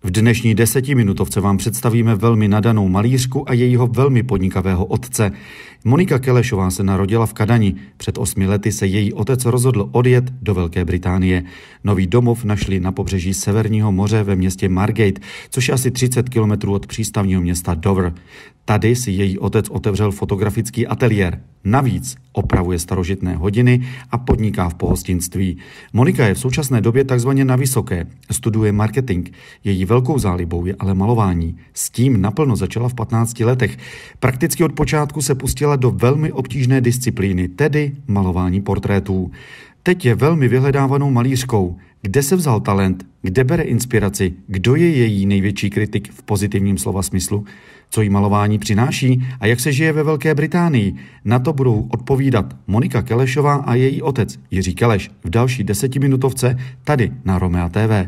V dnešní 10minutovce vám představíme velmi nadanou malířku a jejího velmi podnikavého otce. Monika Kelešová se narodila v Kadani. Před 8 lety se její otec rozhodl odjet do Velké Británie. Nový domov našli na pobřeží Severního moře ve městě Margate, což je asi 30 kilometrů od přístavního města Dover. Tady si její otec otevřel fotografický ateliér. Navíc opravuje starožitné hodiny a podniká v pohostinství. Monika je v současné době takzvaně na vysoké. Studuje marketing. Její velkou zálibou je ale malování. S tím naplno začala v 15 letech. Prakticky od počátku se pustila do velmi obtížné disciplíny, tedy malování portrétů. Teď je velmi vyhledávanou malířkou. Kde se vzal talent? Kde bere inspiraci? Kdo je její největší kritik v pozitivním slova smyslu? Co jí malování přináší a jak se žije ve Velké Británii? Na to budou odpovídat Monika Kelešová a její otec Jiří Keleš v další 10minutovce tady na Romea TV.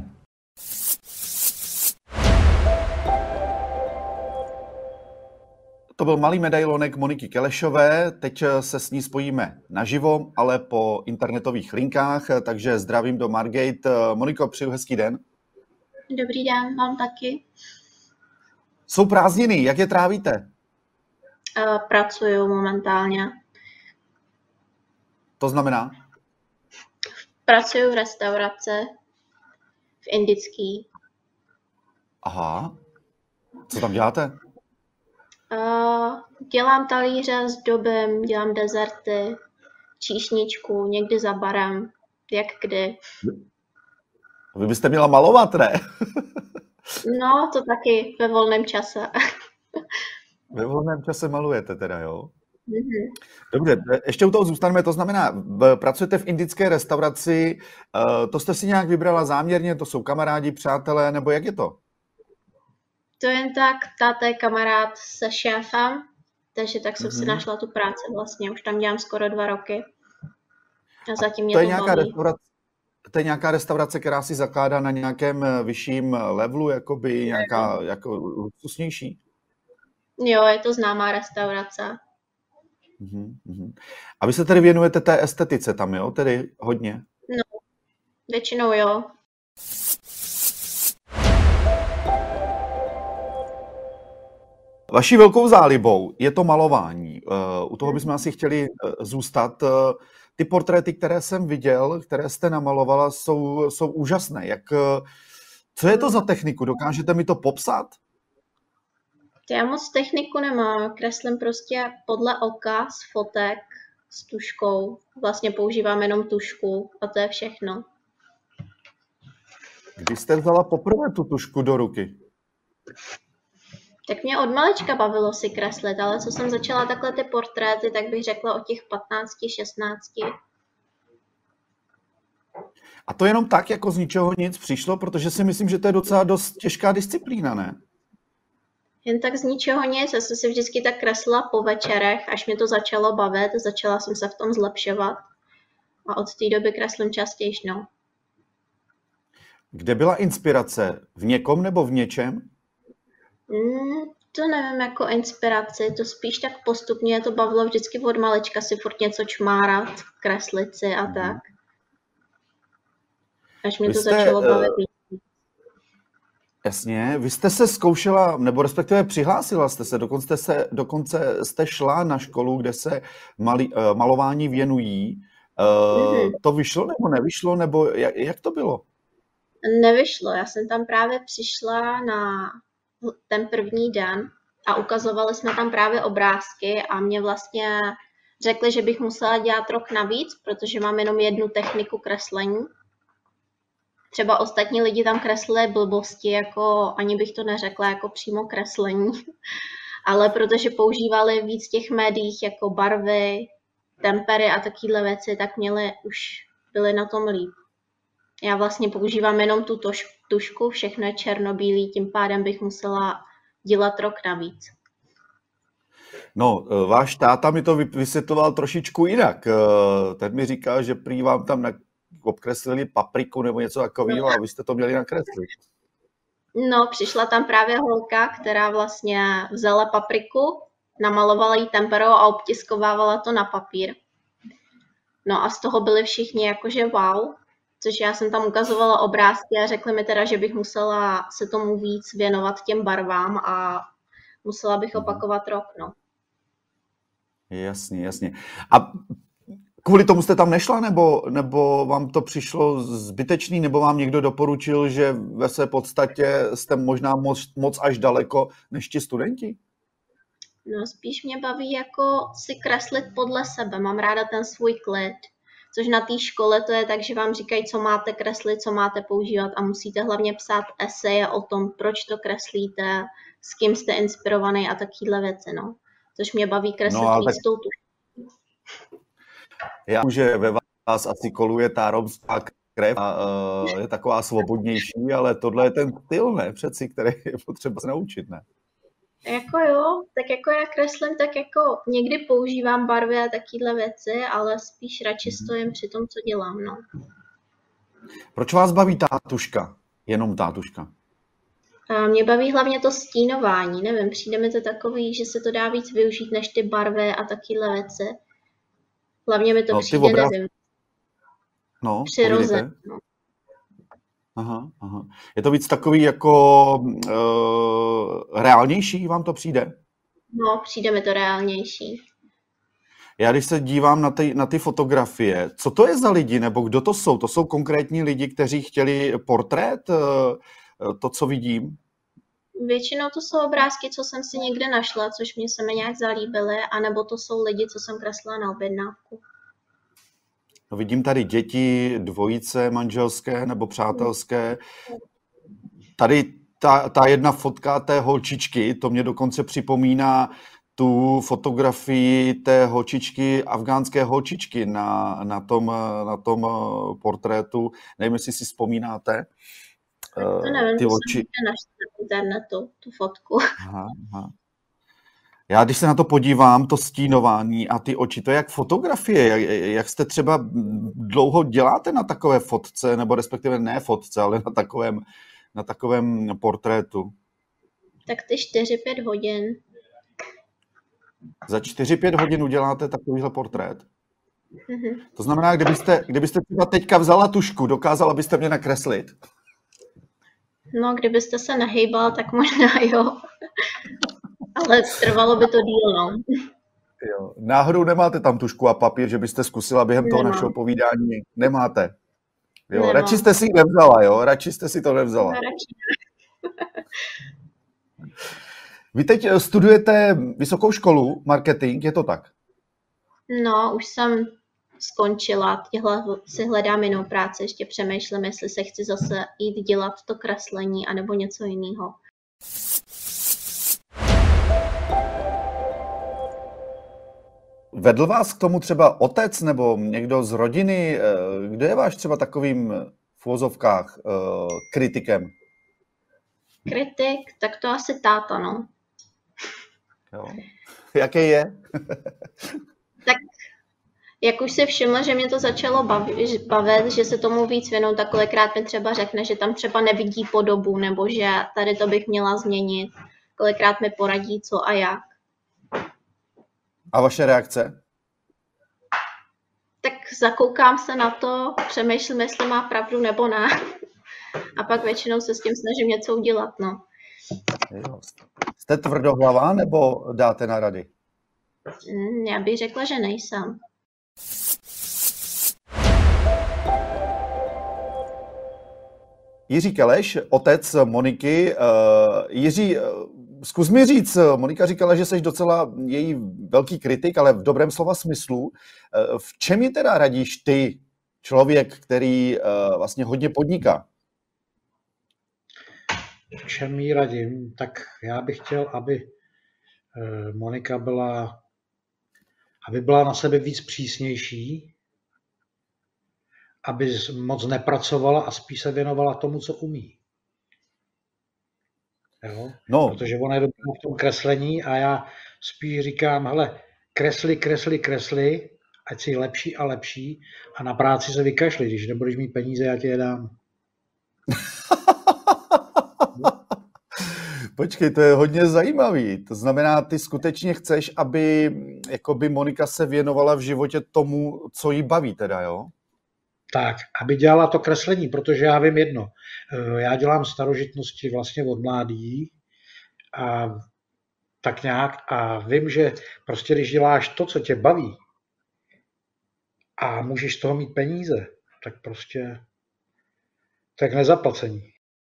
To byl malý medailonek Moniky Kelešové, teď se s ní spojíme naživo, ale po internetových linkách, takže zdravím do Margate. Moniko, přeju hezký den. Dobrý den, mám taky. Jsou prázdniny, jak je trávíte? Pracuju momentálně. To znamená? Pracuju v restauraci, v indický. Aha, co tam děláte? Dělám talíře, zdobím, dělám dezerty, číšničku, někdy za barem, jak kdy. Vy byste měla malovat, ne? No, to taky ve volném čase. Ve volném čase malujete teda, jo? Mm-hmm. Dobře, ještě u toho zůstaneme, to znamená, pracujete v indické restauraci, to jste si nějak vybrala záměrně, to jsou kamarádi, přátelé, nebo jak je to? To jen tak, táta je kamarád se šéfem, takže tak jsem si našla tu práci vlastně, už tam dělám skoro 2 roky. A zatím mě to baví. To je nějaká restaurace, která si zakládá na nějakém vyšším levelu, jakoby nějaká jako luxusnější? Jo, je to známá restaurace. A vy se tedy věnujete té estetice tam, jo? Tedy hodně? No, většinou jo. Vaší velkou zálibou je to malování. U toho bychom asi chtěli zůstat. Ty portréty, které jsem viděl, které jste namalovala, jsou úžasné. Co je to za techniku? Dokážete mi to popsat? Já moc techniku nemám. Kreslím prostě podle oka z fotek s tuškou. Vlastně používám jenom tušku a to je všechno. Kdy jste vzala poprvé tu tušku do ruky? Tak mě od malička bavilo si kreslit, ale co jsem začala takhle ty portréty, tak bych řekla o těch 15, 16. A to jenom tak, jako z ničeho nic přišlo, protože si myslím, že to je docela dost těžká disciplína, ne? Jen tak z ničeho nic, já jsem si vždycky tak kreslila po večerech, až mě to začalo bavit, začala jsem se v tom zlepšovat a od té doby kreslím častěji, no. Kde byla inspirace? V někom nebo v něčem? To nevím, jako inspiraci, to spíš tak postupně to bavilo vždycky od malička si furt něco čmárat, kreslit si a tak. Až mě to začalo bavit. Jasně, vy jste se zkoušela, nebo respektive přihlásila jste se, dokonce jste šla na školu, kde se malování věnují. To vyšlo nebo nevyšlo, nebo jak to bylo? Nevyšlo, já jsem tam právě přišla na ten první den a ukazovali jsme tam právě obrázky a mě vlastně řekli, že bych musela dělat rok navíc, protože mám jenom jednu techniku kreslení. Třeba ostatní lidi tam kreslili blbosti, jako ani bych to neřekla jako přímo kreslení, ale protože používali víc těch médiích jako barvy, tempery a takovéhle věci, tak byli na tom líp. Já vlastně používám jenom tu tušku, všechno je černobílý, tím pádem bych musela dělat rok navíc. No, váš táta mi to vysvětloval trošičku jinak. Ten mi říkal, že prý vám tam obkreslili papriku nebo něco takového a vy jste to měli nakreslit. No, přišla tam právě holka, která vlastně vzala papriku, namalovala jí temperou a obtiskovávala to na papír. No a z toho byli všichni jakože wow, což já jsem tam ukazovala obrázky a řekli mi teda, že bych musela se tomu víc věnovat těm barvám a musela bych opakovat rok, no. Jasně, jasně. A kvůli tomu jste tam nešla, nebo vám to přišlo zbytečný, nebo vám někdo doporučil, že ve své podstatě jste možná moc až daleko než ti studenti? No, spíš mě baví jako si kreslit podle sebe. Mám ráda ten svůj klid. Což na té škole to je tak, že vám říkají, co máte kreslit, co máte používat a musíte hlavně psát eseje o tom, proč to kreslíte, s kým jste inspirovaný a takovéhle věci, no. Což mě baví kreslit víc tou tuškou. Já vím, že ve vás asi koluje ta romská krev a je taková svobodnější, ale tohle je ten styl, ne? Přeci, který je potřeba se naučit, ne? Jako jo, tak jako já kreslím, tak jako někdy používám barvy a takovéhle věci, ale spíš radši stojím při tom, co dělám, no. Proč vás baví ta tuška? Jenom ta tuška? A mě baví hlavně to stínování, nevím, přijde mi to takový, že se to dá víc využít než ty barvy a takovéhle věci. Hlavně mi to přijde, nevím, přirozené. No. Aha. Je to víc takový jako reálnější, vám to přijde? No, přijde mi to reálnější. Já když se dívám na ty fotografie, co to je za lidi, nebo kdo to jsou? To jsou konkrétní lidi, kteří chtěli portrét, to, co vidím? Většinou to jsou obrázky, co jsem si někde našla, což mě se mi nějak zalíbily, anebo to jsou lidi, co jsem kreslila na objednávku. No, vidím tady děti, dvojice manželské nebo přátelské. Tady ta jedna fotka té holčičky, to mě dokonce připomíná tu fotografii té holčičky, afgánské holčičky na tom portrétu. Nevím, jestli si vzpomínáte. To nevím, ty oči. Jsem našla na internetu tu fotku. Aha. Já když se na to podívám, to stínování a ty oči, to je jak fotografie. Jak jste třeba dlouho děláte na takové fotce, nebo respektive ne fotce, ale na takovém portrétu? Tak ty 4-5 hodin. Za 4-5 hodin uděláte takovýhle portrét? Mm-hmm. To znamená, kdybyste třeba teďka vzala tušku, dokázala byste mě nakreslit? No, kdybyste se nehejbal, tak možná jo. Ale trvalo by to díl, no. Jo. Náhodou nemáte tam tušku a papír, že byste zkusila během toho našeho povídání? Nemáte? Jo, nemám. Radši jste si ji nevzala, jo? Radši jste si to nevzala. No, radši. Vy teď studujete vysokou školu, marketing, je to tak? No, už jsem skončila, si hledám jinou práci, ještě přemýšlím, jestli se chci zase jít dělat to kreslení, anebo něco jiného. Vedl vás k tomu třeba otec nebo někdo z rodiny? Kdo je váš třeba takovým v uvozovkách kritikem? Kritik? Tak to asi táta, no. Jo. Jaký je? Tak jak už si všiml, že mě to začalo bavit, že se tomu víc věnou, tak kolikrát mi třeba řekne, že tam třeba nevidí podobu, nebo že tady to bych měla změnit. Kolikrát mi poradí, co a jak. A vaše reakce? Tak zakoukám se na to, přemýšlím, jestli má pravdu nebo ne. A pak většinou se s tím snažím něco udělat, no. Jo. Jste tvrdohlavá, nebo dáte na rady? Já bych řekla, že nejsem. Jiří Keleš, otec Moniky. Jiří, zkus mi říct, Monika říkala, že jsi docela její velký kritik, ale v dobrém slova smyslu. V čem ji teda radíš ty, člověk, který vlastně hodně podniká? V čem jí radím? Tak já bych chtěl, aby Monika byla na sebe víc přísnější, aby moc nepracovala a spíš se věnovala tomu, co umí. Jo? No. Protože ona je dobrá v tom kreslení a já spíš říkám, hele, kresli, ať si lepší a lepší a na práci se vykašli, když nebudeš mít peníze, já ti je dám. Počkej, to je hodně zajímavý. To znamená, ty skutečně chceš, aby jakoby Monika se věnovala v životě tomu, co jí baví teda, jo? tak, aby dělala to kreslení, protože já vím jedno. Já dělám starožitnosti vlastně od mládí a tak nějak a vím, že prostě když děláš to, co tě baví a můžeš z toho mít peníze, tak prostě tak nezaplacení.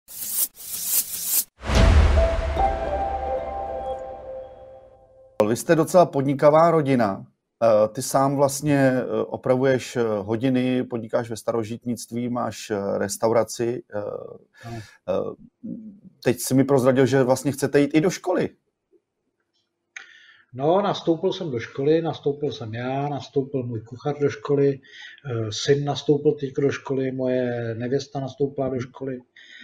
Vy jste docela podnikavá rodina. Ty sám vlastně opravuješ hodiny, podnikáš ve starožitnictví, máš restauraci. Teď si mi prozradil, že vlastně chcete jít i do školy. No, nastoupil jsem do školy, nastoupil jsem já, nastoupil můj kuchař do školy, syn nastoupil teď do školy, moje nevěsta nastoupila do školy.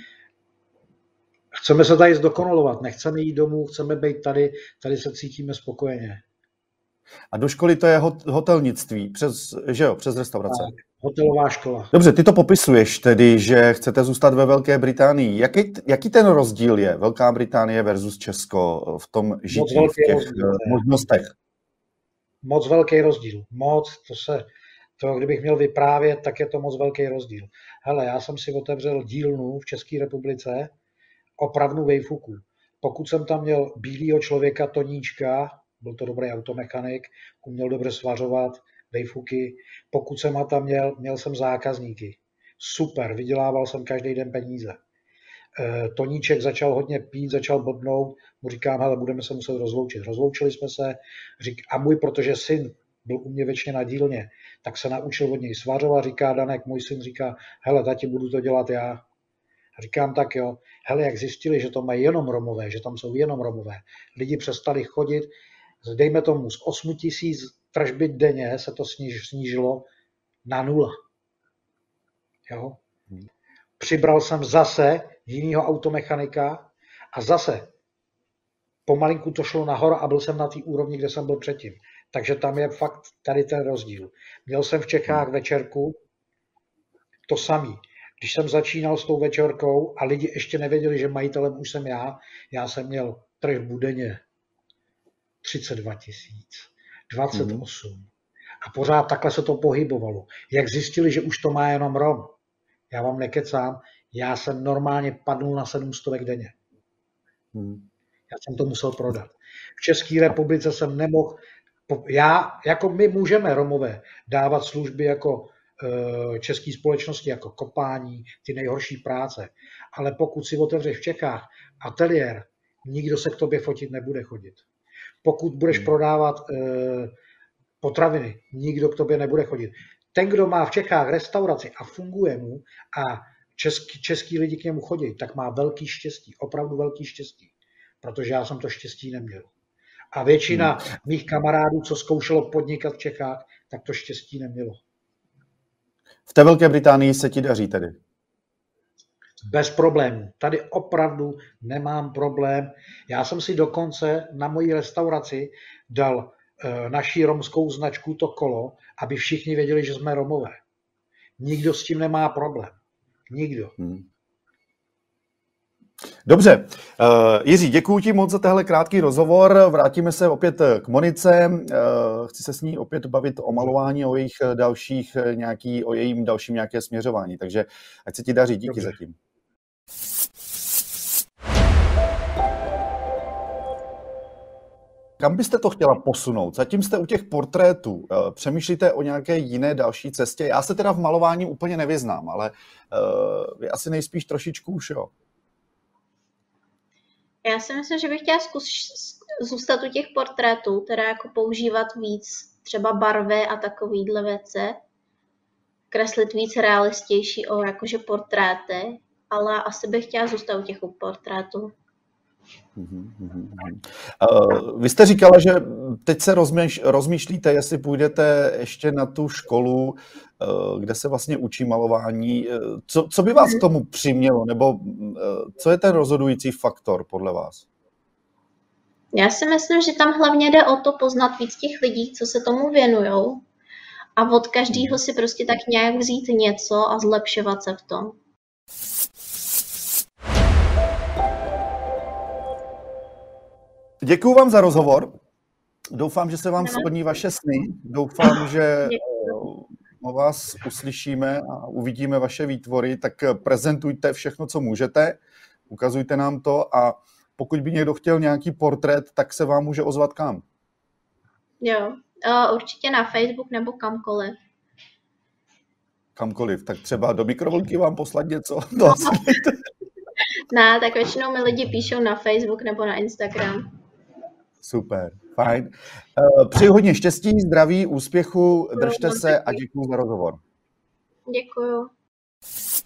Chceme se tady zdokonalovat, nechceme jít domů, chceme být tady se cítíme spokojeně. A do školy to je hotelnictví, přes restaurace. Tak, hotelová škola. Dobře, ty to popisuješ tedy, že chcete zůstat ve Velké Británii. Jaký ten rozdíl je Velká Británie versus Česko v tom žití, v těch možnostech? Moc velký rozdíl. Kdybych měl vyprávět, tak je to moc velký rozdíl. Hele, já jsem si otevřel dílnu v České republice, opravdu vejfuků. Pokud jsem tam měl bílýho člověka, Toníčka, byl to dobrý automechanik, uměl dobře svařovat, vejfuky. Pokud jsem ho tam měl jsem zákazníky. Super, vydělával jsem každý den peníze. Toníček začal hodně pít, začal blbnout, mu říkám, hele, budeme se muset rozloučit. Rozloučili jsme se, protože syn byl u mě věčně na dílně, tak se naučil od něj svařovat, říká Danek, můj syn říká, hele, tati, budu to dělat já. A říkám, tak jo, hele, jak zjistili, že to mají jenom Romové, že tam jsou jenom Romové, lidi přestali chodit, dejme tomu z 8 000 tržby denně se to snížilo na 0. Jo? Přibral jsem zase jinýho automechanika a zase pomalinku to šlo nahoru a byl jsem na té úrovni, kde jsem byl předtím. Takže tam je fakt tady ten rozdíl. Měl jsem v Čechách večerku, to samý. Když jsem začínal s tou večerkou a lidi ještě nevěděli, že majitelem už jsem já jsem měl tržbu denně 32 000, 28. A pořád takhle se to pohybovalo. Jak zjistili, že už to má jenom Rom, já vám nekecám, já jsem normálně padnul na 700 denně. Já jsem to musel prodat. V České republice jsem nemohl, jako my můžeme Romové dávat služby jako české společnosti, jako kopání, ty nejhorší práce. Ale pokud si otevřeš v Čechách ateliér, nikdo se k tobě fotit nebude chodit. Pokud budeš prodávat potraviny, nikdo k tobě nebude chodit. Ten, kdo má v Čechách restauraci a funguje mu a český lidi k němu chodí, tak má velký štěstí, opravdu velký štěstí. Protože já jsem to štěstí neměl. A většina mých kamarádů, co zkoušelo podnikat v Čechách, tak to štěstí nemělo. V té Velké Británii se ti daří tedy? Bez problémů. Tady opravdu nemám problém. Já jsem si dokonce na mojí restauraci dal naší romskou značku, to kolo, aby všichni věděli, že jsme Romové. Nikdo s tím nemá problém. Nikdo. Dobře. Jiří, děkuji ti moc za tenhle krátký rozhovor. Vrátíme se opět k Monice. Chci se s ní opět bavit o malování, o jejím dalším nějaké směřování. Takže ať se ti daří. Díky zatím. Kam byste to chtěla posunout? Zatím jste u těch portrétů. Přemýšlíte o nějaké jiné další cestě? Já se teda v malování úplně nevyznám, ale vy asi nejspíš trošičku už, jo. Já si myslím, že bych chtěla zůstat u těch portrétů, teda jako používat víc třeba barvy a takovýhle věci, kreslit víc realistější jakože portréty, ale asi bych chtěla zůstat u těch portrétů. Vy jste říkala, že teď se rozmýšlíte, jestli půjdete ještě na tu školu, kde se vlastně učí malování. Co by vás k tomu přimělo, nebo co je ten rozhodující faktor podle vás? Já si myslím, že tam hlavně jde o to poznat víc těch lidí, co se tomu věnujou, a od každého si prostě tak nějak vzít něco a zlepšovat se v tom. Děkuju vám za rozhovor. Doufám, že se vám splní vaše sny. Doufám, že o vás uslyšíme a uvidíme vaše výtvory, tak prezentujte všechno, co můžete, ukazujte nám to a pokud by někdo chtěl nějaký portrét, tak se vám může ozvat kam? Jo, určitě na Facebook nebo kamkoliv. Kamkoliv, tak třeba do mikrovlnky vám poslat něco? Ne, tak většinou mi lidi píšou na Facebook nebo na Instagram. Super, fajn. Přeji hodně štěstí, zdraví, úspěchu, držte se a děkuju za rozhovor. Děkuju.